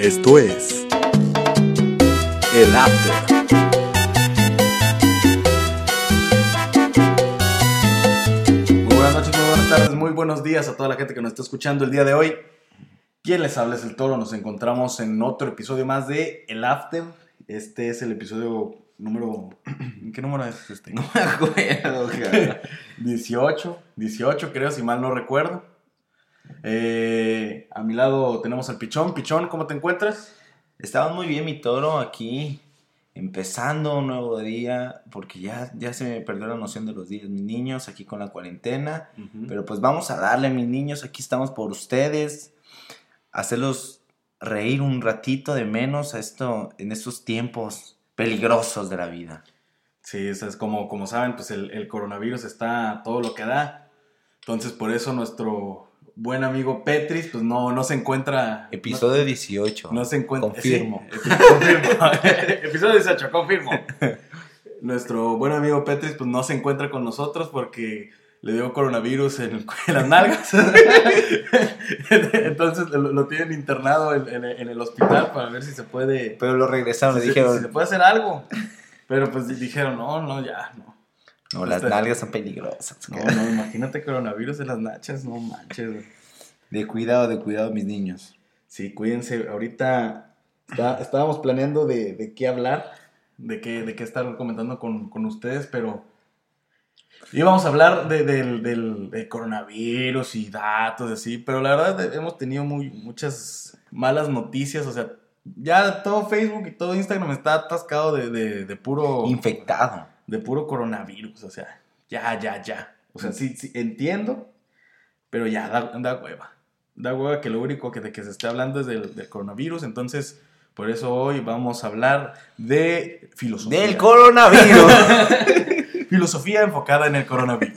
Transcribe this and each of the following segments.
Esto es El After. Muy buenas noches, muy buenas tardes, muy buenos días a toda la gente que nos está escuchando el día de hoy. ¿Quién les habla? Es el Toro. Nos encontramos en otro episodio más de El After. Este es el episodio número... ¿Qué número es este? No me acuerdo, cara. 18 creo, si mal no recuerdo. A mi lado tenemos al Pichón. Pichón, ¿cómo te encuentras? Estamos muy bien, mi Toro, aquí empezando un nuevo día, porque ya se me perdió la noción de los días, mis niños, aquí con la cuarentena. Pero pues vamos a darle, mis niños, aquí estamos por ustedes, hacerlos reír un ratito de menos en estos tiempos peligrosos de la vida. Sí, eso es como saben, pues el coronavirus está a todo lo que da. Entonces por eso nuestro buen amigo Petris pues no se encuentra. Episodio 18. No se encuentra. Confirmo. Sí, confirmo. Episodio 18, confirmo. Nuestro buen amigo Petris pues no se encuentra con nosotros porque le dio coronavirus en las nalgas. Entonces lo tienen internado en el hospital para ver si se puede. Pero lo regresaron, le dijeron. Si se puede hacer algo. Pero pues dijeron, no, ya, no. No, las nalgas son peligrosas. No, imagínate coronavirus en las nachas, no manches, güey. De cuidado, mis niños. Sí, cuídense. Ahorita estábamos planeando de qué hablar, de qué estar comentando con ustedes, pero íbamos a hablar del coronavirus y datos así, pero la verdad hemos tenido muchas malas noticias, o sea, ya todo Facebook y todo Instagram está atascado de puro... Infectado. De puro coronavirus, o sea, ya. O sea, sí, entiendo, pero ya da hueva. Da hueva que lo único de que se esté hablando es del coronavirus, entonces por eso hoy vamos a hablar de filosofía. ¡Del coronavirus! Filosofía enfocada en el coronavirus.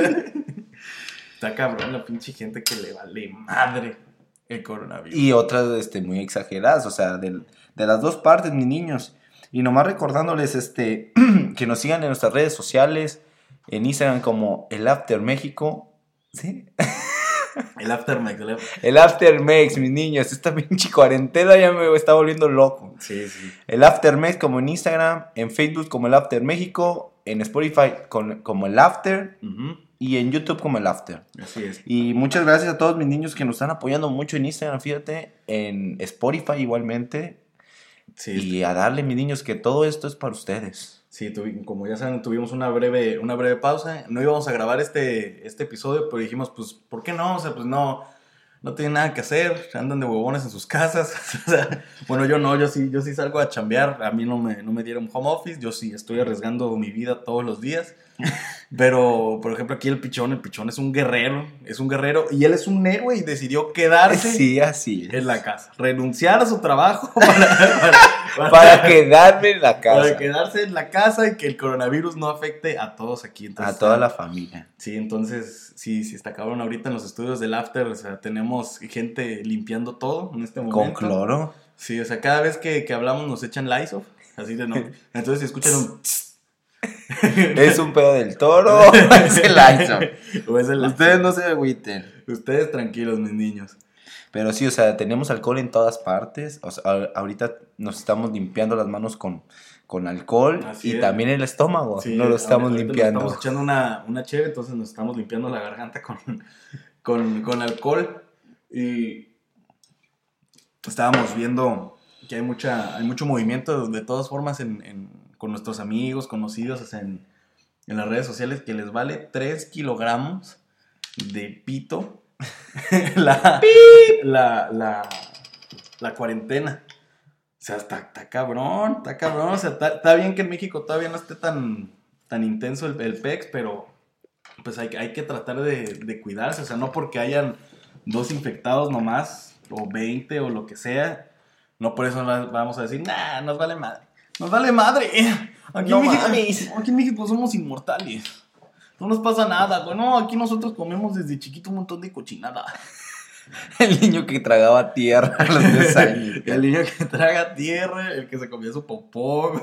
Está cabrón la pinche gente que le vale madre el coronavirus. Y otras muy exageradas, o sea, de las dos partes, mis niños. Y nomás recordándoles que nos sigan en nuestras redes sociales, en Instagram como El After México, ¿sí? El After Mex. El After Mex, mis niños. Esta pinche cuarentena ya me está volviendo loco. Sí. El After Mex como en Instagram, en Facebook como El After México, en Spotify como El After y en YouTube como El After. Así es. Y muchas gracias a todos mis niños que nos están apoyando mucho en Instagram, fíjate, en Spotify igualmente. Sí, y a darle, mis niños, que todo esto es para ustedes. Sí, como ya saben, tuvimos una breve pausa. No íbamos a grabar este episodio, pero dijimos, pues, ¿por qué no? O sea, pues no tienen nada que hacer, andan de huevones en sus casas. O sea, bueno, yo sí salgo a chambear. A mí no me dieron home office, yo sí estoy arriesgando mi vida todos los días. Pero, por ejemplo, aquí el Pichón es un guerrero, y él es un héroe y decidió quedarse sí, así es. En la casa, renunciar a su trabajo para quedarme en la casa. Para quedarse en la casa y que el coronavirus no afecte a todos aquí. Entonces, a toda la familia. Sí, entonces, sí, está cabrón. Ahorita en los estudios del After, o sea, tenemos gente limpiando todo en este momento. ¿Con cloro? Sí, o sea, cada vez que hablamos nos echan Lysol, así de no. Entonces, si escuchan un... ¿Es un pedo del Toro o es el Lysol? Ustedes no se agüiten. Ustedes tranquilos, mis niños. Pero sí, o sea, tenemos alcohol en todas partes. O sea, ahorita nos estamos limpiando las manos con alcohol. Así y es. También el estómago. Sí, nos lo estamos limpiando. Estamos echando una cheve, entonces nos estamos limpiando la garganta con alcohol. Y estábamos viendo que hay mucho movimiento de todas formas con nuestros amigos, conocidos, o sea, en las redes sociales, que les vale 3 kilogramos de pito la cuarentena. O sea, está cabrón. O sea, está bien que en México todavía no esté tan intenso el PEX, pero pues hay que tratar de cuidarse. O sea, no porque hayan 2 infectados nomás, o 20 o lo que sea, no por eso vamos a decir, nah, nos vale madre. ¡Nos vale madre! Aquí en México somos inmortales. No nos pasa nada, güey. No, aquí nosotros comemos desde chiquito un montón de cochinada. El niño que tragaba tierra a los 3 años. El niño que traga tierra, el que se comía su popó.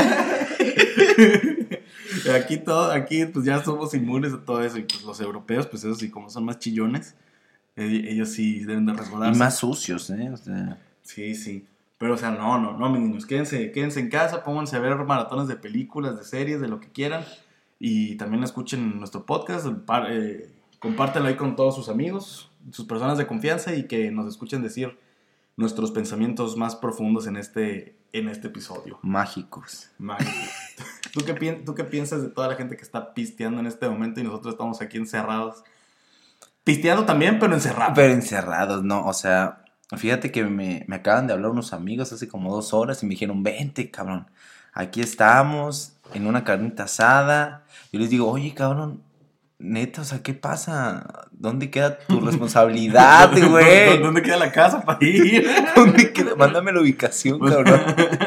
Aquí pues ya somos inmunes a todo eso. Y pues los europeos, pues eso sí, como son más chillones, ellos sí deben de resguardarse. Y más sucios, O sea... Sí, sí. Pero, o sea, no, mis niños, quédense en casa, pónganse a ver maratones de películas, de series, de lo que quieran. Y también escuchen nuestro podcast, compártelo ahí con todos sus amigos, sus personas de confianza y que nos escuchen decir nuestros pensamientos más profundos en este episodio. Mágicos. ¿Tú qué piensas de toda la gente que está pisteando en este momento y nosotros estamos aquí encerrados? Pisteando también, pero encerrados. Pero encerrados, no, o sea, fíjate que me acaban de hablar unos amigos hace como 2 horas y me dijeron, vente, cabrón, aquí estamos en una carnita asada. Yo les digo, oye, cabrón, neta, o sea, ¿qué pasa? ¿Dónde queda tu responsabilidad, güey? ¿Dónde queda la casa para ir? ¿Dónde queda? Mándame la ubicación, cabrón.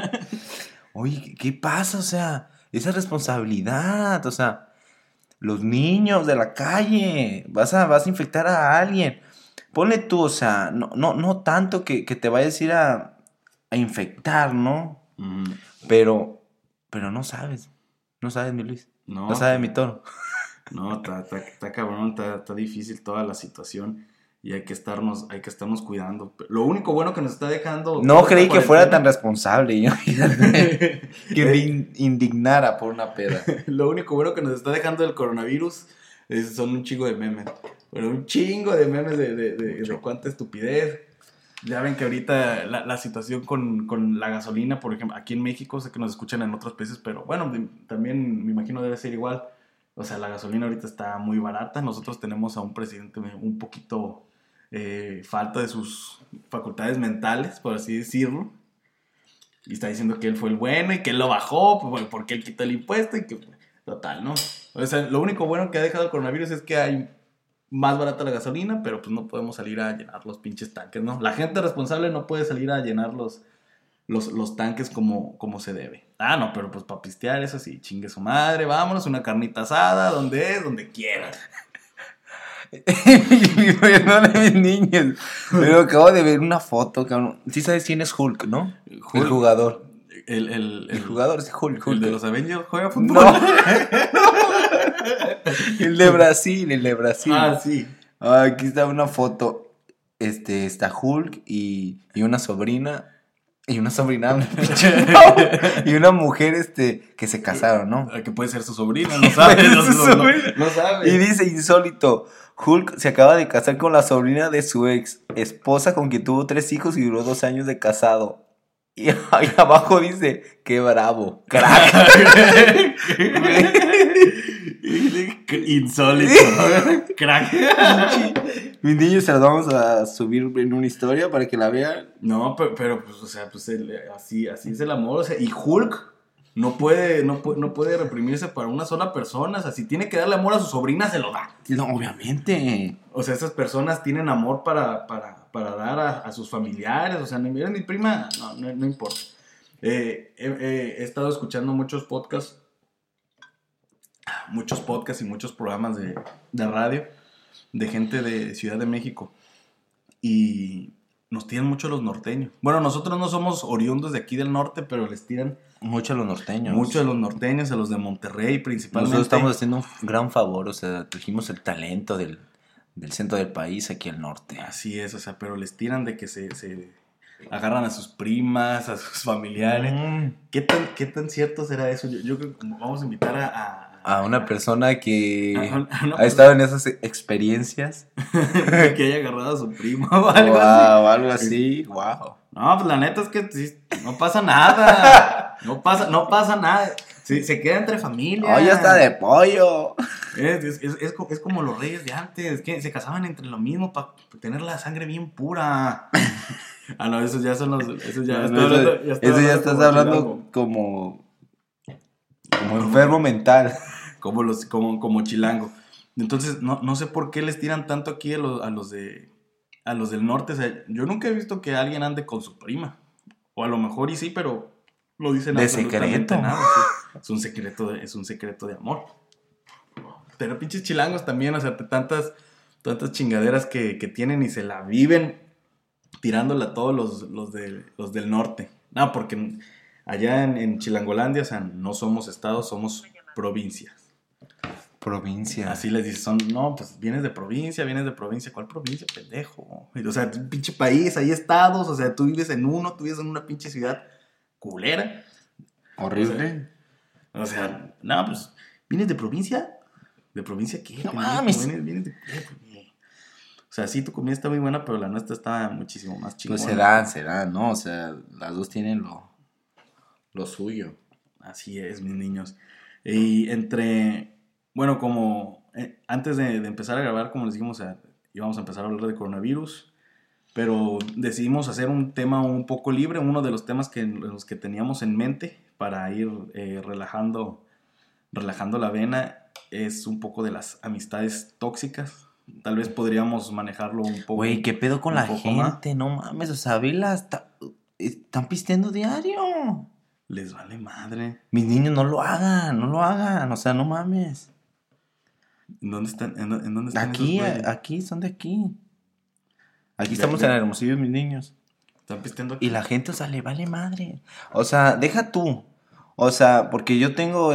Oye, ¿qué pasa? O sea, esa responsabilidad, o sea, los niños de la calle, vas a infectar a alguien. Ponle tú, o sea, no tanto que te vayas a ir a infectar, ¿no? Pero no sabes, mi Luis, no sabe mi toro. No, está cabrón, está difícil toda la situación y hay que estarnos cuidando. Lo único bueno que nos está dejando... No creí que fuera tan responsable, yo, que me indignara por una peda. Lo único bueno que nos está dejando el coronavirus son un chingo de memes. Pero un chingo de memes de cuánta estupidez. Ya ven que ahorita la situación con la gasolina, por ejemplo, aquí en México, sé que nos escuchan en otros países, pero bueno, también me imagino debe ser igual. O sea, la gasolina ahorita está muy barata. Nosotros tenemos a un presidente un poquito falta de sus facultades mentales, por así decirlo. Y está diciendo que él fue el bueno y que él lo bajó porque él quitó el impuesto y que... Total, ¿no? O sea, lo único bueno que ha dejado el coronavirus es que hay más barata la gasolina, pero pues no podemos salir a llenar los pinches tanques, ¿no? La gente responsable no puede salir a llenar los tanques como se debe. Ah, no, pero pues para pistear, eso sí, chingue su madre, vámonos, una carnita asada, donde quieras. Perdón, mis niños, pero acabo de ver una foto, cabrón. Sí sabes quién es Hulk, ¿no? Hulk, el jugador. El jugador es Hulk. ¿El de los Avengers juega fútbol? No. El de Brasil. Ah, sí. Aquí está una foto. Está Hulk y una sobrina. Y una sobrina. Y una mujer que se casaron, ¿no? Que puede ser su sobrina, no sabes. No sabe. Y dice insólito. Hulk se acaba de casar con la sobrina de su ex esposa, con quien tuvo 3 hijos y duró 2 años de casado. Y ahí abajo dice, qué bravo, crack. Insólito. Crack. Mis niños se las vamos a subir en una historia para que la vean. No, pero pues, o sea, pues así es el amor. O sea, y Hulk no puede reprimirse para una sola persona. O sea, si tiene que darle amor a su sobrina, se lo da. No, obviamente. O sea, esas personas tienen amor para dar a sus familiares. O sea, mi prima, no importa. He estado escuchando muchos podcasts y muchos programas de radio de gente de Ciudad de México. Y nos tiran mucho los norteños. Bueno, nosotros no somos oriundos de aquí del norte, pero les tiran mucho a los norteños. Mucho a los norteños, a los de Monterrey principalmente. Nosotros estamos haciendo un gran favor, o sea, trajimos el talento del centro del país aquí al norte. Así es, o sea, pero les tiran de que se agarran a sus primas, a sus familiares. ¿Qué tan cierto será eso? Yo creo que vamos a invitar a una persona que ha estado en esas experiencias. Que haya agarrado a su primo o algo así. Wow. No, pues la neta es que no pasa nada. No pasa nada. Se queda entre familia. ¡Oh, ya está de pollo! Es como los reyes de antes, que se casaban entre lo mismo para tener la sangre bien pura. Ah, no, esos ya son los... Eso ya estás hablando como enfermo mental. Como chilango. Entonces, no sé por qué les tiran tanto aquí a los del norte. O sea, yo nunca he visto que alguien ande con su prima. O a lo mejor y sí, pero no dicen de secreto. Nada. Sí. Es un secreto de amor. Pero pinches chilangos también, o sea, tantas chingaderas que tienen y se la viven tirándola a todos los del norte. No, porque allá en Chilangolandia, o sea, no somos estados, somos provincias. Provincia. Así les dices, no, pues vienes de provincia. ¿Cuál provincia, pendejo? O sea, un pinche país, hay estados, o sea, tú vives en una pinche ciudad culera. Horrible. O sea, no, pues, ¿vienes de provincia? ¿De provincia qué? No mames. ¿Vienes de qué? O sea, sí, tu comida está muy buena, pero la nuestra está muchísimo más chingona. Pues se dan, ¿no? O sea, las dos tienen lo suyo. Así es, mis niños. Y bueno, como antes de empezar a grabar, como les dijimos, íbamos a empezar a hablar de coronavirus, pero decidimos hacer un tema un poco libre, uno de los temas los que teníamos en mente para ir relajando la vena, es un poco de las amistades tóxicas. Tal vez podríamos manejarlo un poco. Güey, ¿qué pedo con la gente? No mames, o sea, están pisteando diario. Les vale madre. Mis niños no lo hagan, o sea, no mames. ¿En dónde están? ¿En dónde están Aquí, son de aquí. Aquí estamos en Hermosillo, mis niños. Están pisteando aquí. Y la gente, o sea, le vale madre. O sea, deja tú. O sea, porque yo tengo,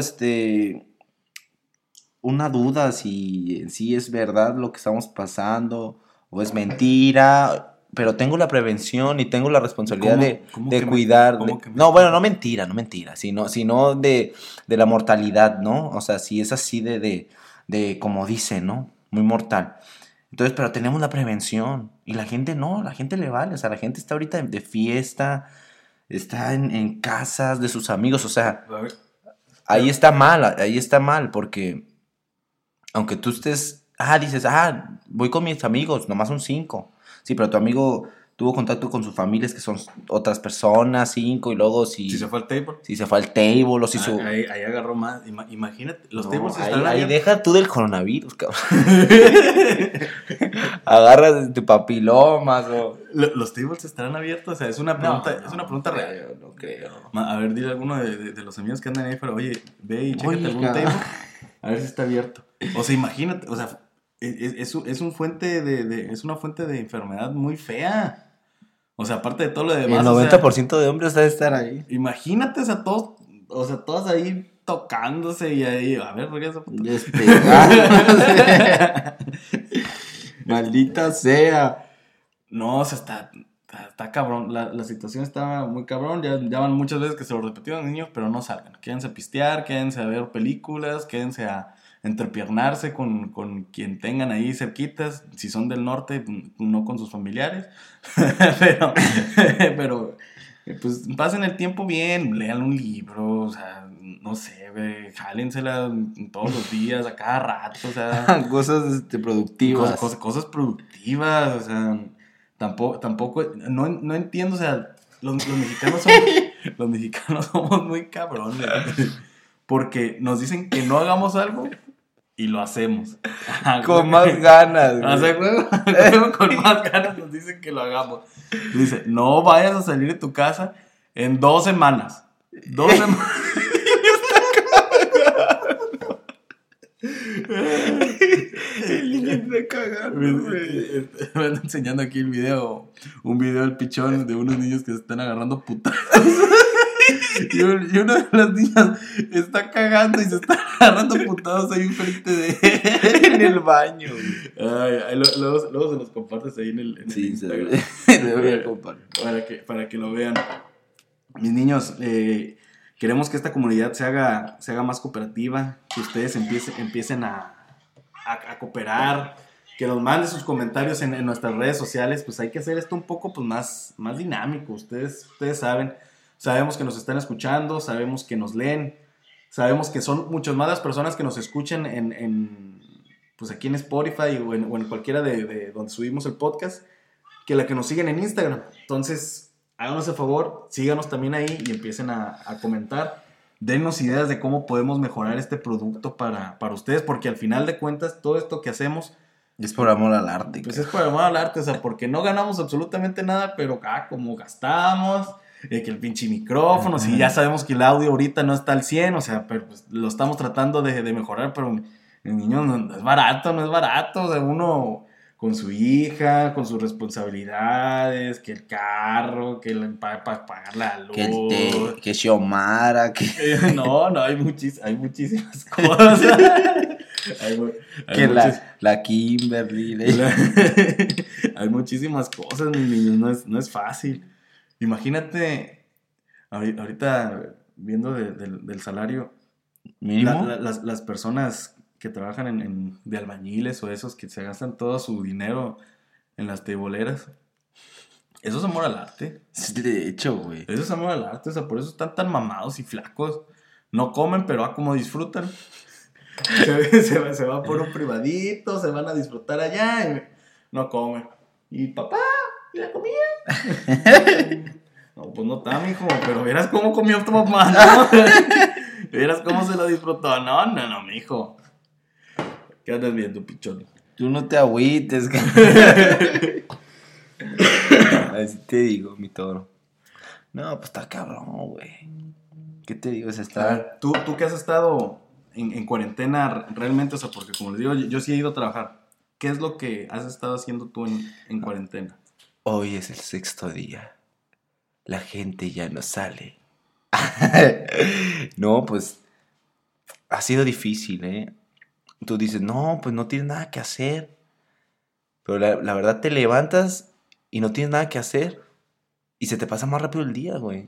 una duda si es verdad lo que estamos pasando o es mentira. Pero tengo la prevención y tengo la responsabilidad de cuidar. No, bueno, no mentira, sino de la mortalidad, ¿no? O sea, si es así de como dice, ¿no? Muy mortal. Entonces, pero tenemos la prevención. Y la gente no, la gente le vale. O sea, la gente está ahorita de fiesta, está en casas de sus amigos. O sea, ahí está mal, porque aunque tú estés, dices, voy con mis amigos, nomás son 5. Sí, pero tu amigo tuvo contacto con sus familias que son otras personas, 5, y luego si se fue al table. Si se fue al table o si ahí agarró más. Imagínate, los tables están abiertos. Ahí deja tú del coronavirus, cabrón. Agarras tu papilomas o... ¿Los tables estarán abiertos? O sea, es una pregunta real. No creo. A ver, dile a alguno de los amigos que andan ahí, pero oye, ve y chécate algún table. A ver si está abierto. O sea, imagínate, o sea... Es una fuente de enfermedad muy fea. O sea, aparte de todo lo demás. El 90% de hombres debe estar ahí. Imagínate, o sea, todos ahí tocándose y ahí, a ver, regresa. Despegándose. Maldita sea. No, o sea, está cabrón. La situación está muy cabrón. Ya van muchas veces que se lo repetieron niños, pero no salgan. Quédense a pistear, quédense a ver películas, quédense a entrepiernarse con quien tengan ahí cerquitas. Si son del norte, no con sus familiares. pero pues pasen el tiempo bien, lean un libro, o sea, no sé, jálensela todos los días, a cada rato, o sea. Cosas productivas. Cosas productivas, o sea, tampoco, no entiendo, o sea, los mexicanos somos muy cabrones, porque nos dicen que no hagamos algo y lo hacemos. Con más ganas, güey. O sea, con más ganas nos dicen que lo hagamos. Dice, no vayas a salir de tu casa en 2 semanas. 2 semanas. El niño está cagando, güey. Me ando enseñando aquí un video del pichón de unos niños que se están agarrando putazos. Y una de las niñas está cagando y se está agarrando putados ahí enfrente de en el baño. Luego se los compartes ahí en el Instagram. Debería compartir. Para que lo vean. Mis niños, queremos que esta comunidad se haga más cooperativa, que ustedes empiecen a cooperar, que nos manden sus comentarios en nuestras redes sociales. Pues hay que hacer esto un poco pues, más dinámico. Ustedes saben. Sabemos que nos están escuchando, sabemos que nos leen, sabemos que son muchas más las personas que nos escuchan pues aquí en Spotify o en cualquiera de donde subimos el podcast, que la que nos siguen en Instagram. Entonces, háganos el favor, síganos también ahí y empiecen a comentar. Dennos ideas de cómo podemos mejorar este producto para ustedes, porque al final de cuentas, todo esto que hacemos... Es por amor al arte. Pues es por amor al arte, o sea, porque no ganamos absolutamente nada, pero como gastamos... que el pinche micrófono, si ya sabemos que el audio ahorita no está al 100, o sea, pero pues lo estamos tratando de mejorar, pero el niño no es barato, o sea, uno con su hija, con sus responsabilidades, que el carro, que para pagar la luz, que Xiomara, que... No, hay muchísimas cosas. Hay Que muchos- la Kimberly. hay muchísimas cosas, mis niños, no es fácil. Imagínate, ahorita viendo del salario, Mínimo. las personas que trabajan de albañiles o esos que se gastan todo su dinero en las teiboleras, eso es amor al arte. De hecho, güey. Eso es amor al arte, o sea, por eso están tan mamados y flacos. No comen, pero como disfrutan. Se va por un privadito, se van a disfrutar allá y no comen. ¿Y papá? ¿Y la comida? No, pues no está, mijo, pero verás cómo comió tu mamá, ¿no? Verás cómo se lo disfrutó. No, mijo. ¿Qué andas viendo, pichón? Tú no te agüites. Así te digo, mi toro. No, pues está cabrón, güey. ¿Qué te digo? Se A está... ver, tú que has estado en cuarentena realmente, o sea, porque como les digo, yo sí he ido a trabajar. ¿Qué es lo que has estado haciendo tú en cuarentena? Hoy es el 6º día. La gente ya no sale. No, pues ha sido difícil, ¿eh? Tú dices, no, pues no tienes nada que hacer. Pero la verdad te levantas y no tienes nada que hacer. Y se te pasa más rápido el día, güey.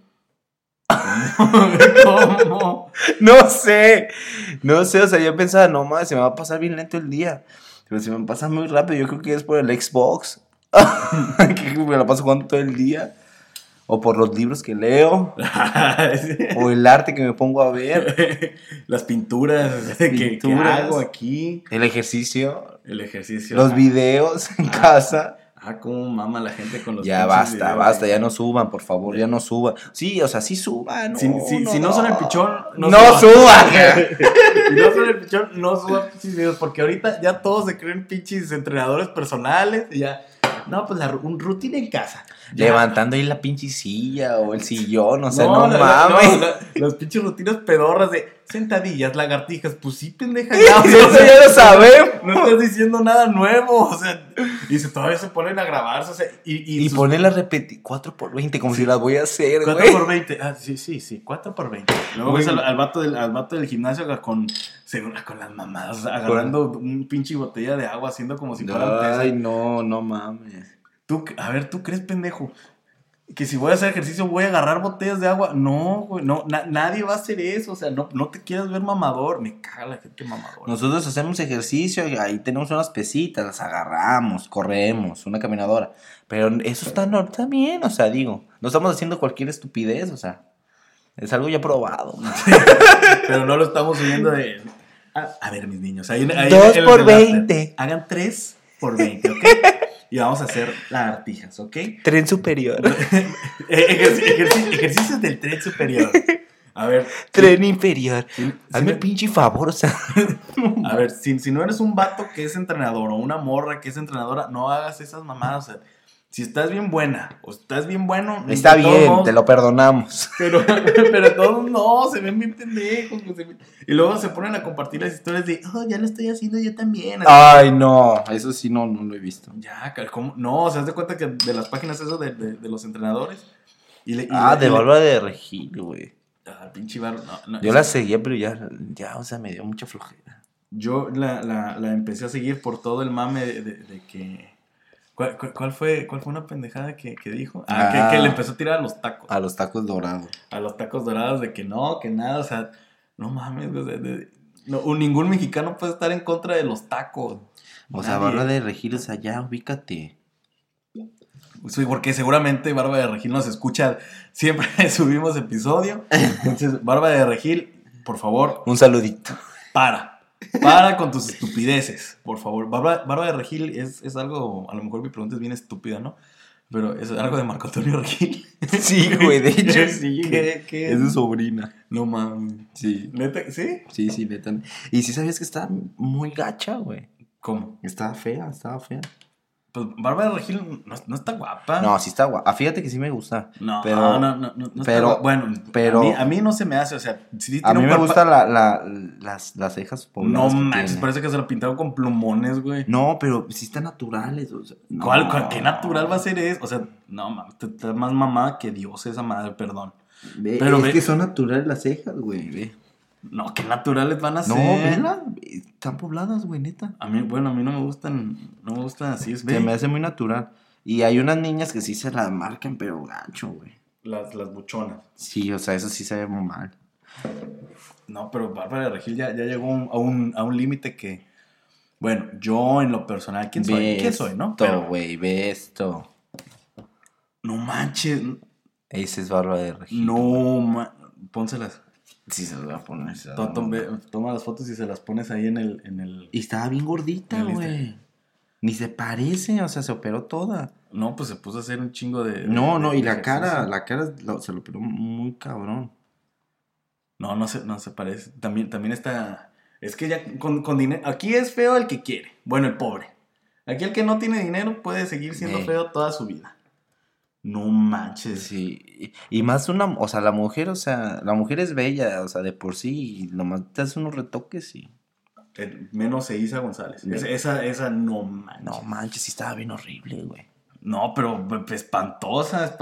¿Cómo? No sé, o sea, yo pensaba, no mames, se me va a pasar bien lento el día. Pero se me pasa muy rápido, yo creo que es por el Xbox. Que me la paso jugando todo el día. O por los libros que leo. O el arte que me pongo a ver. Las pinturas, que hago aquí. El ejercicio. El ejercicio. Los videos en casa. Cómo mama la gente con los Ya pinches basta, videos. ya no suban, por favor, ya no suban. Sí, o sea, sí suban. Si no son el pichón, no suban. Si no son el pichón, no suban pinches videos. Porque ahorita ya todos se creen pinches entrenadores personales. Y ya, no, pues un rutina en casa. Ya. Levantando ahí la pinche silla o el sillón, o sea, No, no mames. las pinches rutinas pedorras de sentadillas, lagartijas. Pues sí, pendeja, ya. Eso ya lo sabemos. No estás diciendo nada nuevo, o sea, y todavía se ponen a grabarse, o sea, Y ponen las 4x20 como si las voy a hacer, güey. 4x20, sí, 4x20. Luego ves al vato del gimnasio con las mamadas, agarrando un pinche botella de agua, haciendo como si fuera un pez. Ay, no mames. A ver, ¿tú crees, pendejo, que si voy a hacer ejercicio voy a agarrar botellas de agua? No, güey, no, nadie va a hacer eso, o sea, no te quieras ver mamador, me caga la gente mamadora. Nosotros hacemos ejercicio y ahí tenemos unas pesitas, las agarramos, corremos, una caminadora. Pero eso está bien, o sea, digo, no estamos haciendo cualquier estupidez, o sea, es algo ya probado. Pero no lo estamos subiendo de... A ver, mis niños, ahí 2x20. Hagan 3x20, ¿ok? Y vamos a hacer lagartijas, ¿ok? Tren superior. Ejercicios del tren superior. A ver. Tren inferior. Hazme no- pinche favor, o sea. A ver, si no eres un vato que es entrenador o una morra que es entrenadora, no hagas esas mamadas. O sea, si estás bien buena o estás bien bueno... Está de todos bien, modos, te lo perdonamos. Pero todos no, se ven bien pendejos. Y luego se ponen a compartir las historias de, ya lo estoy haciendo yo también. Ay, no, eso sí no lo he visto. Ya, ¿cómo? No, se das de cuenta que de las páginas eso de los entrenadores. De Bárbara de Regil, güey. Pinche barro. No, Yo la seguía, pero ya, o sea, me dio mucha flojera. Yo la empecé a seguir por todo el mame de que... ¿Cuál fue una pendejada que dijo? Que le empezó a tirar a los tacos. A los tacos dorados. A los tacos dorados de que nada, o sea, no mames, o sea, ningún mexicano puede estar en contra de los tacos. O sea, Bárbara de Regil, o sea, ya, ubícate. Sí, porque seguramente Bárbara de Regil nos escucha, siempre subimos episodio. Entonces, Bárbara de Regil, por favor, Un saludito. para con tus estupideces, por favor. Bárbara de Regil es algo, a lo mejor mi pregunta es bien estúpida, ¿no? Pero es algo de Marco Antonio Regil. Sí, güey, de hecho sí. ¿Qué? Es su sobrina. No mames. Sí. ¿Neta? ¿Sí? Sí, neta. Y sí sabías que estaba muy gacha, güey. ¿Cómo? Estaba fea. Pues Bárbara de Regil no está guapa. No, sí está guapa. Fíjate que sí me gusta. No, pero, no está pero, guapa. Bueno, pero a mí no se me hace, o sea, sí a tiene mí un me cuerpo- gustan las cejas No pobladas que manches, tiene. parece que se lo pintaron con plumones, güey. No, pero sí están naturales. O sea, no. ¿Qué natural va a ser eso? O sea, no mames, está más mamada que Dios esa madre, perdón. Ve, Pero es ve- que son naturales las cejas, güey. Ve. No, qué naturales van a ser. No, vela. están pobladas, güey, neta. A mí no me gustan así. Se me hace muy natural. Y hay unas niñas que sí se las marcan, pero gacho, güey. Las buchonas. Sí, o sea, eso sí se ve muy mal. No, pero Bárbara de Regil ya llegó a un límite que... Bueno, yo en lo personal, ¿quién soy, no? Pero, güey, ve esto. No manches. Ese es Bárbara de Regil. No, pónselas. Sí, se las voy a poner. Toma las fotos y se las pones ahí en el... Y estaba bien gordita, güey. Ni se parece, o sea, se operó toda. No, pues se puso a hacer un chingo de... No, y la cara se lo operó muy cabrón. No se parece. También está... Es que ya con dinero... Aquí es feo el que quiere. Bueno, el pobre. Aquí el que no tiene dinero puede seguir siendo feo toda su vida. No manches. Sí. Y más o sea, la mujer es bella, o sea, de por sí. Y nomás te hace unos retoques y... Menos Eiza González. Esa no manches. No manches, sí estaba bien horrible, güey. No, pero espantosa.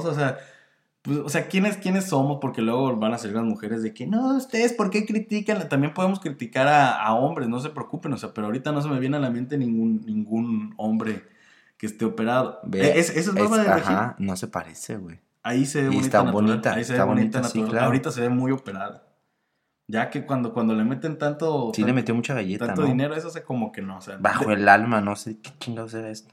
O sea, ¿quiénes somos? Porque luego van a salir las mujeres de que, no, ustedes, ¿por qué critican? También podemos criticar a hombres, no se preocupen, o sea, pero ahorita no se me viene a la mente ningún hombre que esté operado. Eso es Bárbara de Regil. Ajá, no se parece, güey. Ahí se ve bonita. Está natural. bonita, Ahí se está ve bonita, bonita, sí, natural. claro. Ahorita se ve muy operada. Ya que cuando le meten tanto... Sí, le metió mucha galleta, tanto ¿no? dinero, eso se como que no, o sea... Bajo el alma, no sé qué chingados era esto.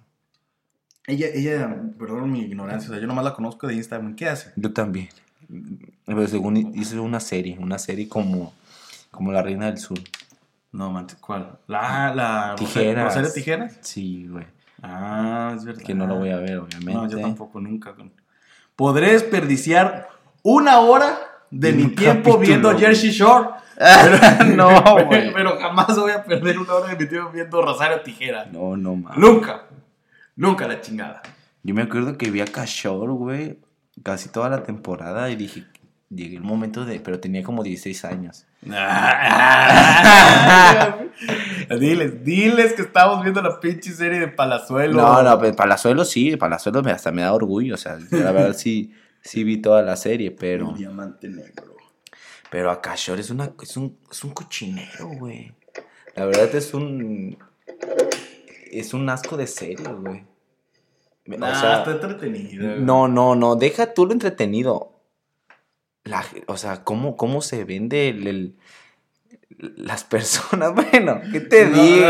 Ella, perdón mi ignorancia, o sea, yo nomás la conozco de Instagram. ¿Qué hace? Yo también. Pero según hizo una serie como La Reina del Sur. No, manches, ¿cuál? La Tijeras. ¿Rosario Tijeras? Sí, güey. Ah, es verdad. Que no lo voy a ver, obviamente. No, yo tampoco, nunca. Podré desperdiciar 1 hora de mi tiempo capítulo, viendo Jersey Shore. No, güey. Pero jamás voy a perder 1 hora de mi tiempo viendo Rosario Tijeras. No, mames. Nunca la chingada. Yo me acuerdo que vi a Cashore, güey, casi toda la temporada y dije, llegué el momento pero tenía como 16 años. Diles que estamos viendo la pinche serie de Palazuelo. No, pues Palazuelo sí, Palazuelo hasta me da orgullo, o sea, la verdad sí vi toda la serie, pero... El Diamante Negro. Pero a Cashore es un cochinero, güey. La verdad es un asco de serie, güey. O sea, está entretenido. No, deja tú lo entretenido. O sea, ¿cómo se vende las personas? Bueno, ¿qué te digo?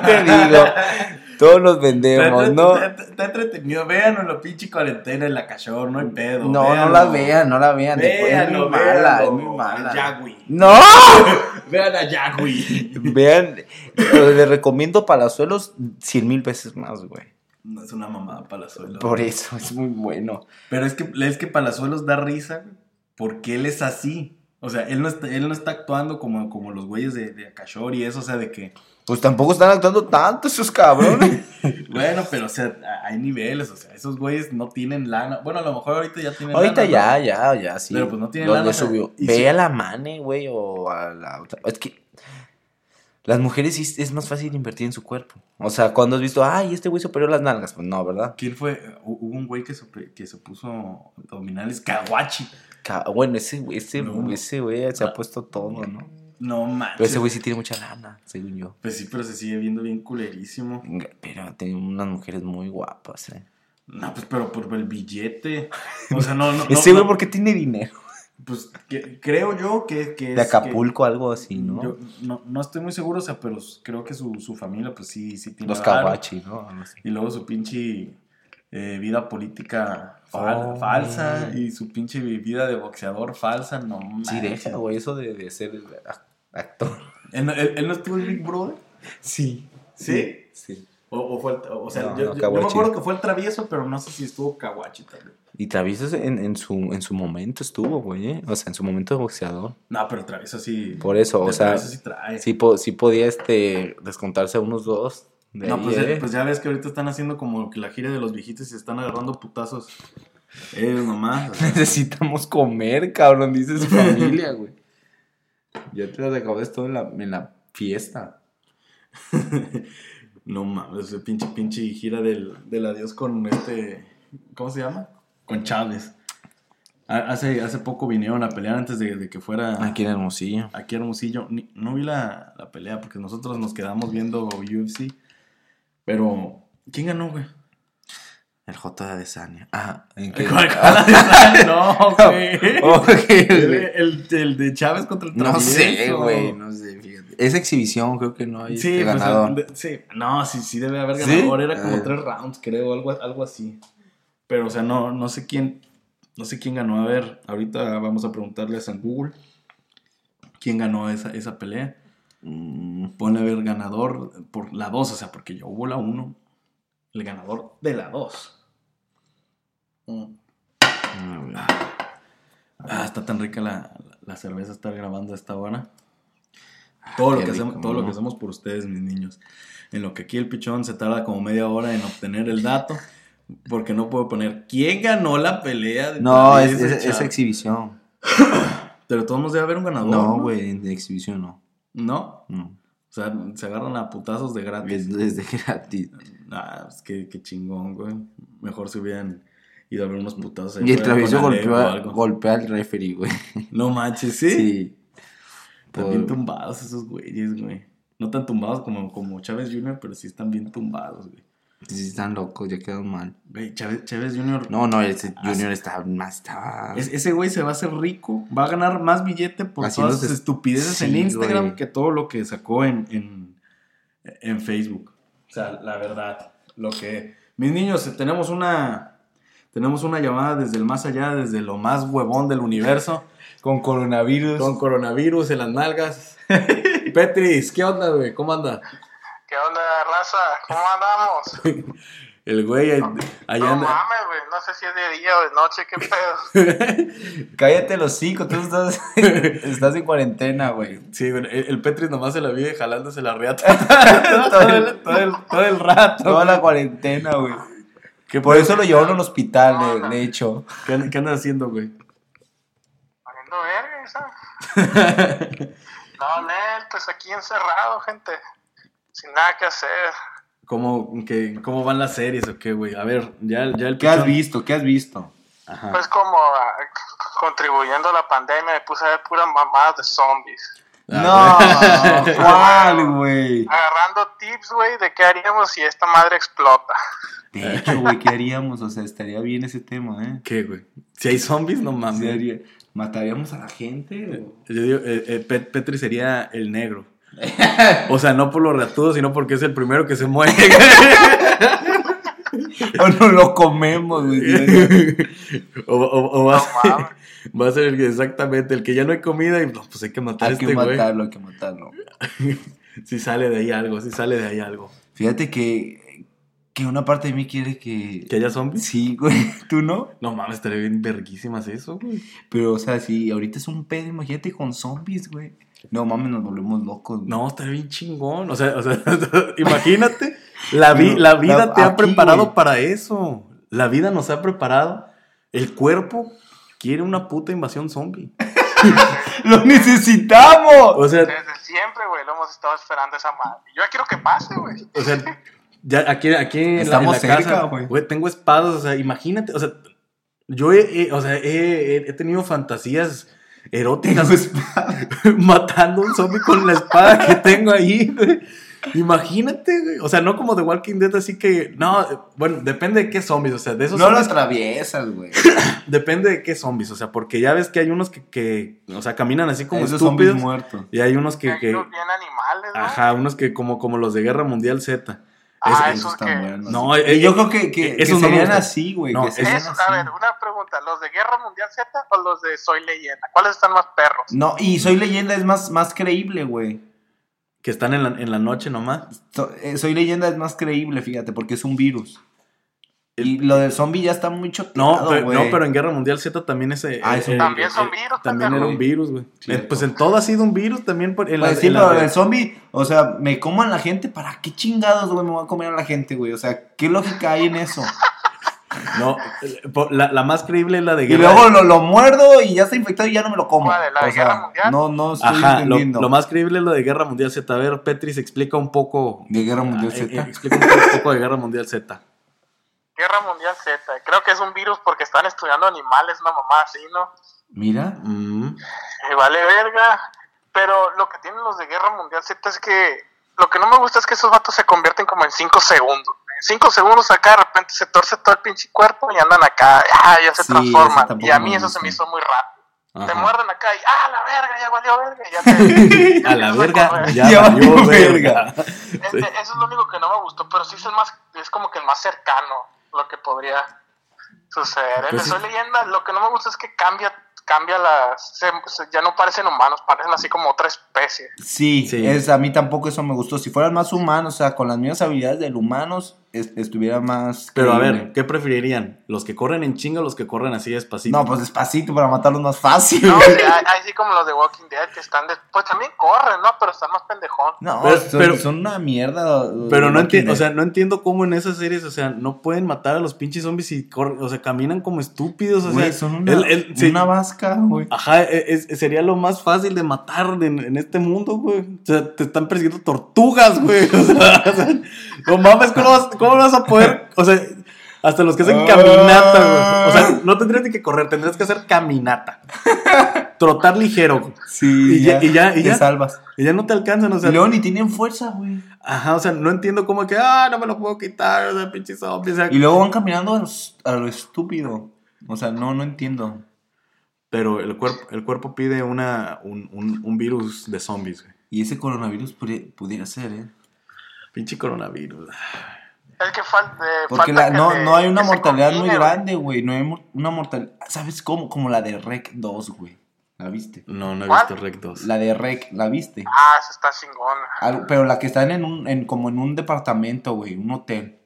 Todos los vendemos, ¿no? Está entretenido. Véanlo en la pinche cuarentena en la Cashore, no hay pedo. No, véanlo. no la vean. Véanlo, es muy mala. Yagüi. ¡No! Vean a Yagüi. Vean, les recomiendo Palazuelos 100,000 veces más, güey. No es una mamada Palazuelos. Por eso, es muy bueno. Pero es que Palazuelos da risa porque él es así. O sea, él no está actuando como los güeyes de Cashore y eso, o sea, de que... Pues tampoco están actuando tanto esos cabrones. Bueno, pero o sea, hay niveles, o sea, esos güeyes no tienen lana. Bueno, a lo mejor ahorita ya tienen ahorita lana. ya, sí. Pero pues no tienen lana. Subió. Ve a la Mane, güey, o a la otra. Es que las mujeres sí es más fácil invertir en su cuerpo. O sea, cuando has visto, este güey se operó las nalgas, pues no, ¿verdad? ¿Quién fue? Hubo un güey que se puso abdominales, Kawachi. Bueno, ese güey se ha puesto todo, ¿no? No manches. Pero ese güey sí tiene mucha lana, según yo. Pues sí, pero se sigue viendo bien culerísimo. Pero tiene unas mujeres muy guapas, No, pues pero por el billete. O sea, no. Ese güey, ¿por qué tiene dinero? Pues creo yo que es... De Acapulco, algo así, ¿no? Yo no estoy muy seguro, o sea, pero creo que su familia, pues sí tiene... Los Kawachi, ¿no? Y luego su pinche vida política falsa y su pinche vida de boxeador falsa, no manches. Sí, deja, güey, eso de ser actor. ¿Él no estuvo en Big Brother? Sí. ¿Sí? Sí. O sea, No, yo me acuerdo que fue el Travieso, pero no sé si estuvo Kawachi también. Y Travieso en su momento estuvo, güey, O sea, en su momento de boxeador. No, pero el Travieso sí... Por eso, o sea, sí trae. sí podía descontarse a unos dos. No, pues ya ves que ahorita están haciendo como que la gira de los viejitos y se están agarrando putazos. Nomás. O sea. Necesitamos comer, cabrón, dice su familia, güey. Ya te las acabas todo en la fiesta. No mames, pinche gira del adiós con ¿cómo se llama? Con Chávez. Hace poco vinieron a pelear antes de que fuera... Aquí en Hermosillo. Aquí en Hermosillo. No vi la pelea porque nosotros nos quedamos viendo UFC. Pero, ¿quién ganó, güey? El J de Adesanya. Ah, ¿en qué? ¿Cuál Adesanya? No, güey. Okay. El de Chávez contra el No Travieso. sé, güey, no sé, fíjate. Esa exhibición creo que no hay Sí, pues, ganador. sí. No, sí debe haber ¿Sí? ganador. Era como 3 rounds, creo, algo así. Pero, o sea, no sé quién ganó. A ver, ahorita vamos a preguntarle a San Google quién ganó esa pelea. Ponle a ver ganador por la 2, o sea, porque ya hubo la 1. El ganador de la 2. Está tan rica la cerveza estar grabando a esta hora. Todo lo que hacemos por ustedes, mis niños. En lo que aquí el pichón se tarda como media hora en obtener el dato. Porque no puedo poner ¿quién ganó la pelea? No, es exhibición. Pero de todos modos debe haber un ganador. No, güey, de exhibición no. ¿No? No. O sea, se agarran a putazos de gratis. Es de gratis. Es que chingón, güey. Mejor se hubieran ido a ver unos putazos. Y el Travieso golpea al referee, güey. No manches, ¿sí? Sí. Están bien tumbados esos güeyes, güey. No tan tumbados como Chávez Jr., pero sí están bien tumbados, güey. Sí, están locos, ya quedaron mal. Güey, Chávez Jr. No, ese Jr. estaba... Ese güey se va a hacer rico. Va a ganar más billete por todas sus estupideces en Instagram, güey, que todo lo que sacó en Facebook. O sea, la verdad. Mis niños, tenemos una llamada desde el más allá, desde lo más huevón del universo. Con coronavirus. Con coronavirus en las nalgas. Petris, ¿qué onda, güey? ¿Cómo anda? ¿Qué onda, raza? ¿Cómo andamos? El güey allá no anda. Mames, güey. No sé si es de día o de noche. ¿Qué pedo? Cállate los cinco. Tú estás en cuarentena, güey. Sí, güey. El Petris nomás se la vive jalándose la reata todo el rato. Toda la cuarentena, güey. Por eso lo llevaron al hospital, de hecho. ¿Qué andas haciendo, güey? Poniendo verga, ¿sabes? No, Nel, pues aquí encerrado, gente. Sin nada que hacer. ¿Cómo van las series o qué, güey? A ver, ya el ¿Qué has visto? ¿Qué has visto? Ajá. Pues como contribuyendo a la pandemia me puse a ver puras mamadas de zombies. No, ¿cuál, güey? Agarrando tips, güey, de qué haríamos si esta madre explota. De hecho, güey, ¿qué haríamos? O sea, estaría bien ese tema, ¿eh? ¿Qué, güey? Si hay zombies, no mames. ¿Mataríamos a la gente? Yo digo, Petri sería el negro. O sea, no por lo reatudo, sino porque es el primero que se muere. O no lo comemos, güey. O va a ser exactamente el que ya no hay comida y no, pues hay que matar a este güey. Hay que matarlo. Si sale de ahí algo. Fíjate que una parte de mí quiere que... ¿Que haya zombies? Sí, güey. ¿Tú no? No mames, estaría bien verguísimas eso, güey. Pero, o sea, si ahorita es un pedo, imagínate con zombies, güey. No mames, nos volvemos locos, güey. No, estaría bien chingón. O sea, imagínate, la vida te ha preparado, güey, para eso. La vida nos ha preparado. El cuerpo quiere una puta invasión zombie. ¡Lo necesitamos! O sea, desde siempre, güey, lo hemos estado esperando esa madre. Yo ya quiero que pase, güey. O sea, ya aquí estamos en la cerca, casa, güey, tengo espadas, o sea, imagínate, o sea, yo he tenido fantasías eróticas matando a un zombie con la espada que tengo ahí, güey. Imagínate, güey. O sea, no como The Walking Dead, así que... No, bueno, depende de qué zombies, o sea, de esos no zombies... los atraviesas, güey. Depende de qué zombies, o sea, porque ya ves que hay unos que o sea, caminan así como esos estúpidos. Muertos. Y hay unos que... Hay unos bien animales, ¿no? Ajá, unos que como los de Guerra Mundial Z. Esos están buenos. No, yo creo que esos serían no así, güey. No, así. A ver, una pregunta. ¿Los de Guerra Mundial Z o los de Soy Leyenda? ¿Cuáles están más perros? No, y Soy Leyenda es más creíble, güey. Que están en la noche nomás. Soy Leyenda es más creíble, fíjate, porque es un virus. Y lo del zombie ya está muy choteado, no, pero en Guerra Mundial Z también también son virus. También era un virus, güey. Pues en todo ha sido un virus también. Pero el zombie, o sea, me como a la gente, ¿para qué chingados, güey, me voy a comer a la gente, güey? O sea, ¿qué lógica hay en eso? No, la más creíble es la de Guerra. Y luego lo muerdo y ya está infectado y ya no me lo como. ¿La de Guerra Mundial? No estoy entendiendo. Lo más creíble es lo de Guerra Mundial Z. A ver, Petris, explica un poco. ¿De Guerra Mundial Z? Explica un poco de Guerra Mundial Z. Guerra Mundial Z. Creo que es un virus porque están estudiando animales, una mamá así, ¿no? Mira. Vale verga. Pero lo que tienen los de Guerra Mundial Z es que lo que no me gusta es que esos vatos se convierten como en 5 segundos. En 5 segundos acá de repente se torce todo el pinche cuerpo y andan acá, ya se transforman. Y a mí eso se me hizo muy rápido. Ajá. Te muerden acá y la verga, ya valió verga. Ya te, a la verga, ya valió verga. Sí. Eso es lo único que no me gustó, pero sí es como que el más cercano lo que podría suceder. Pues Soy Leyenda, lo que no me gusta es que cambia ya no parecen humanos, parecen así como otra especie. Sí. A mí tampoco eso me gustó. Si fueran más humanos, o sea, con las mismas habilidades del humanos, estuviera más pero creíble. A ver, ¿qué preferirían? ¿Los que corren en chinga o los que corren así despacito? No, pues despacito para matarlos más fácil. No, hay sí como los de Walking Dead que están pues también corren, ¿no? Pero están más pendejón. No, pero son una mierda. Pero no entiendo, o sea, no entiendo cómo en esas series, o sea, no pueden matar a los pinches zombies y corren, o sea, caminan como estúpidos, o sea, son una vasca, güey. Ajá, sería lo más fácil de matar en este mundo, güey. O sea, te están persiguiendo tortugas, güey. O sea, no mames, ¿cómo vas a poder? O sea, hasta los que hacen caminata, güey. O sea, no tendrías ni que correr, tendrías que hacer caminata. Trotar ligero, güey. Sí, y ya te salvas. Y ya no te alcanzan, o sea. Y luego ni tienen fuerza, güey. Ajá, o sea, no entiendo cómo que, no me lo puedo quitar, o sea, pinche zombie. O sea, y luego van caminando a lo estúpido. O sea, no entiendo. Pero el cuerpo pide un virus de zombies, güey. Y ese coronavirus pudiera ser, Pinche coronavirus. Es que falta. Porque no hay una mortalidad muy grande, güey. No hay una mortalidad. ¿Sabes cómo? Como la de Rec 2, güey. ¿La viste? No he visto Rec 2. La de Rec, ¿la viste? Esa está chingona. Pero la que está como en un departamento, güey. Un hotel.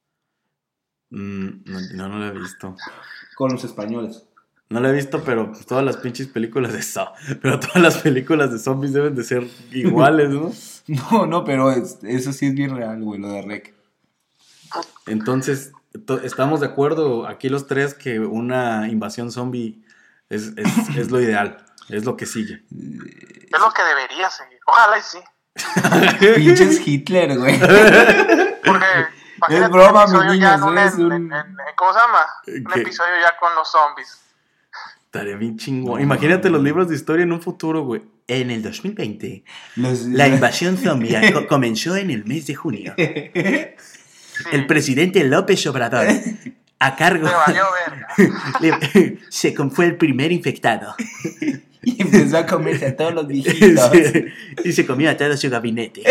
No la he visto. Con los españoles. No la he visto, pero todas las pinches películas de pero todas las películas de zombies deben de ser iguales, ¿no? No, pero eso sí es bien real, güey, lo de Rec. Entonces, estamos de acuerdo aquí los tres que una invasión zombie es lo ideal, es lo que sigue. Es lo que debería seguir, ojalá y sí. Pinches Hitler, güey. Porque es broma, mis niños. ¿Cómo se llama? Un episodio ya con los zombies. Estaría bien chingón. Imagínate los libros de historia en un futuro, güey. En el 2020, la invasión zombie comenzó en el mes de junio. Sí. El presidente López Obrador, a cargo... Me valió verga. Fue el primer infectado. Y empezó a comerse a todos los viejitos. Sí, y se comió a todo su gabinete.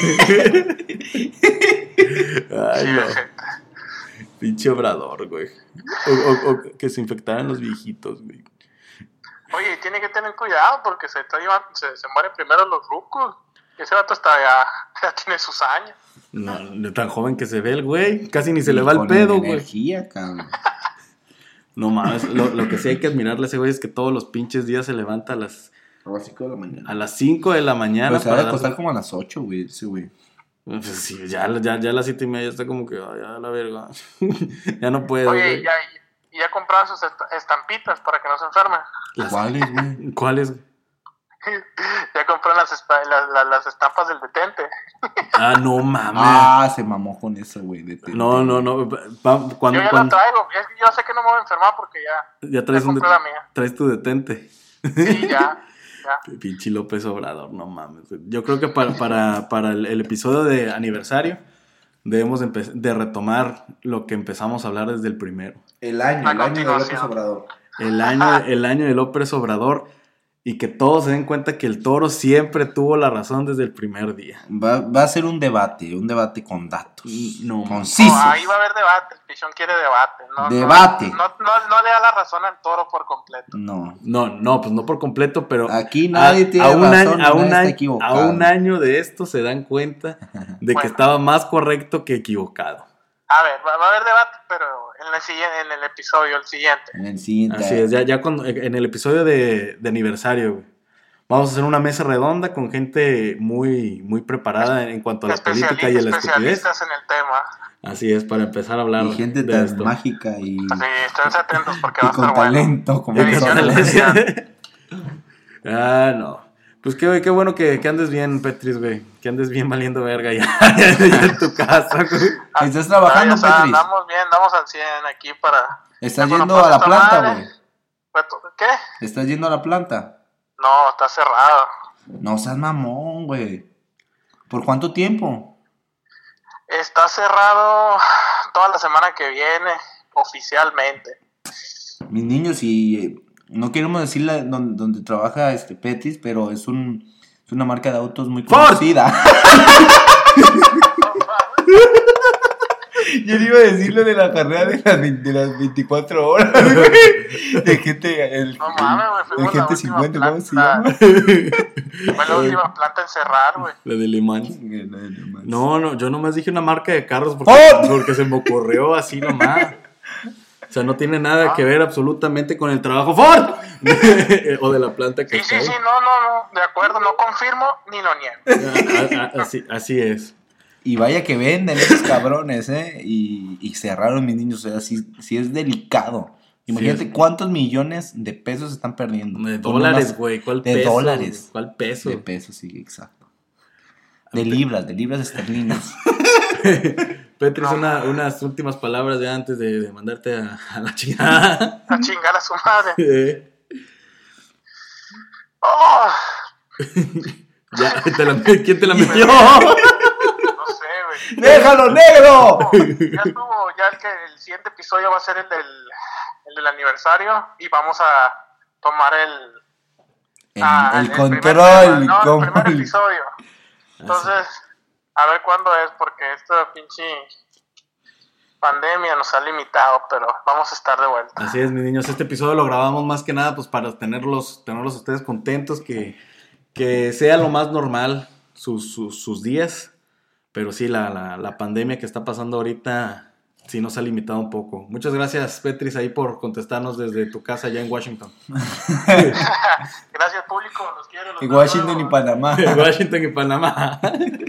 Ay, no. Pinche Obrador, güey. O que se infectaran los viejitos, güey. Oye, tiene que tener cuidado porque se mueren primero los rucos. Ese vato ya tiene sus años. No, tan joven que se ve el güey. Casi ni se le va el pedo, güey. Energía, cabrón. No mames, lo que sí hay que admirarle a ese güey es que todos los pinches días se levanta a las 5 de la mañana. A las 5 de la mañana. Pero se va a acostar como a las 8, güey, ese güey. Pues sí, ya a las 7:30 está como que, ya la verga. Ya no puedo. Oye, ya compraron sus estampitas para que no se enfermen. ¿Cuáles, güey? ¿Cuáles? Ya compraron las estampas del detente. No mames. Se mamó con eso, güey. No. Yo ya la traigo. Yo sé que no me voy a enfermar porque ya traes la mía. Traes tu detente. Sí, ya. Pinche López Obrador, no mames. Yo creo que para el episodio de aniversario debemos de retomar lo que empezamos a hablar desde el primero. El año de López Obrador. El año de López Obrador. Y que todos se den cuenta que el Toro siempre tuvo la razón desde el primer día. Va a ser un debate con datos. Concisos. Ahí va a haber debate. El Pichón quiere debate. Debate. No le da la razón al Toro por completo. No, pues no por completo, pero... Aquí nadie tiene razón, está equivocado. A un año de esto se dan cuenta de que estaba más correcto que equivocado. A ver, va a haber debate, pero en el episodio, el siguiente. Así es, ya en el episodio de aniversario, güey. Vamos a hacer una mesa redonda con gente muy, muy preparada en cuanto a la política y a la estupidez. Especialistas en el tema. Así es, para empezar a hablar y gente de tan esto. mágica y... Sí, estén atentos porque va a estar estar talento, bueno. Como no. Pues qué bueno que andes bien, Petris, güey. Que andes bien valiendo verga ya en tu casa, güey. ¿Estás trabajando, Petris? Andamos bien, andamos al 100 aquí para... ¿Estás yendo a la planta, güey? ¿Qué? ¿Estás yendo a la planta? No, está cerrado. No seas mamón, güey. ¿Por cuánto tiempo? Está cerrado toda la semana que viene, oficialmente. Mis niños, y no queremos decirle donde trabaja Petris, pero es una marca de autos muy conocida. Yo le iba a decir lo de la carrera de las 24 horas, güey. De gente, el gente 50, ¿cómo se llama? Fue la última planta en cerrar, güey. La de Le Mans. No, yo nomás dije una marca de carros porque se me ocurrió así nomás. O sea, no tiene nada que ver absolutamente con el trabajo Ford o de la planta que Sí, no, de acuerdo, no confirmo ni lo niego. Así es. Y vaya que venden esos cabrones, y cerraron, mis niños, o sea, sí es delicado. Imagínate cuántos millones de pesos están perdiendo. De dólares, güey, ¿cuál peso? De dólares. ¿Cuál peso? De pesos, sí, exacto. De libras esterlinas. Petris, unas últimas palabras ya antes de mandarte a la chingada. A chingar a su madre. Oh. Ya, ¿quién te la metió? No sé, güey. ¡Déjalo, negro! Ya el siguiente episodio va a ser el del aniversario y vamos a tomar el control. El primer episodio. Entonces, a ver cuándo es, porque esta pinche pandemia nos ha limitado, pero vamos a estar de vuelta. Así es, mis niños. Este episodio lo grabamos más que nada pues para tenerlos a ustedes contentos, que sea lo más normal sus días. Pero sí, la pandemia que está pasando ahorita sí nos ha limitado un poco. Muchas gracias, Petris, ahí por contestarnos desde tu casa allá en Washington. Gracias, público. Los quiero. En Washington y Panamá. En Washington y Panamá.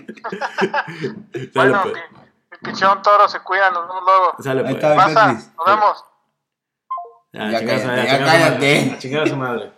Bueno, mi pichón toro se cuida. Nos vemos luego. Sale, pues. Pasa, nos vemos. Ya cállate. A chingar a su madre.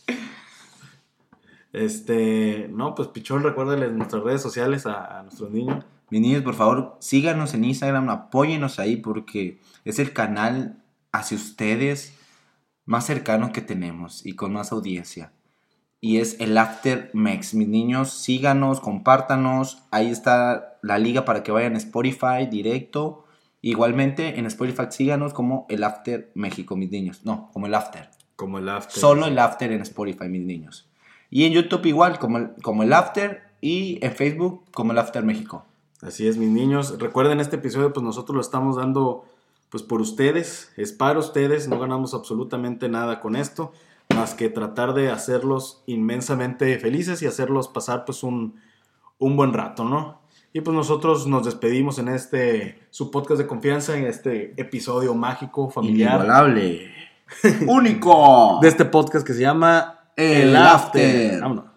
No, pues pichón, recuérdenles nuestras redes sociales a nuestros niños. Mis niños, por favor, síganos en Instagram, apóyennos ahí porque es el canal hacia ustedes más cercano que tenemos y con más audiencia. Y es el After Mex. Mis niños, síganos, compártanos. Ahí está la liga para que vayan a Spotify directo. Igualmente en Spotify síganos como el After México, mis niños. No, como el After. Como el After. Solo el After en Spotify, mis niños. Y en YouTube igual, como el After. Y en Facebook como el After México. Así es, mis niños. Recuerden, este episodio pues nosotros lo estamos dando pues por ustedes. Es para ustedes. No ganamos absolutamente nada con esto, más que tratar de hacerlos inmensamente felices y hacerlos pasar pues un buen rato, ¿no? Y pues nosotros nos despedimos en su podcast de confianza, en este episodio mágico, familiar. Inigualable. Único. De este podcast que se llama El After. Vámonos.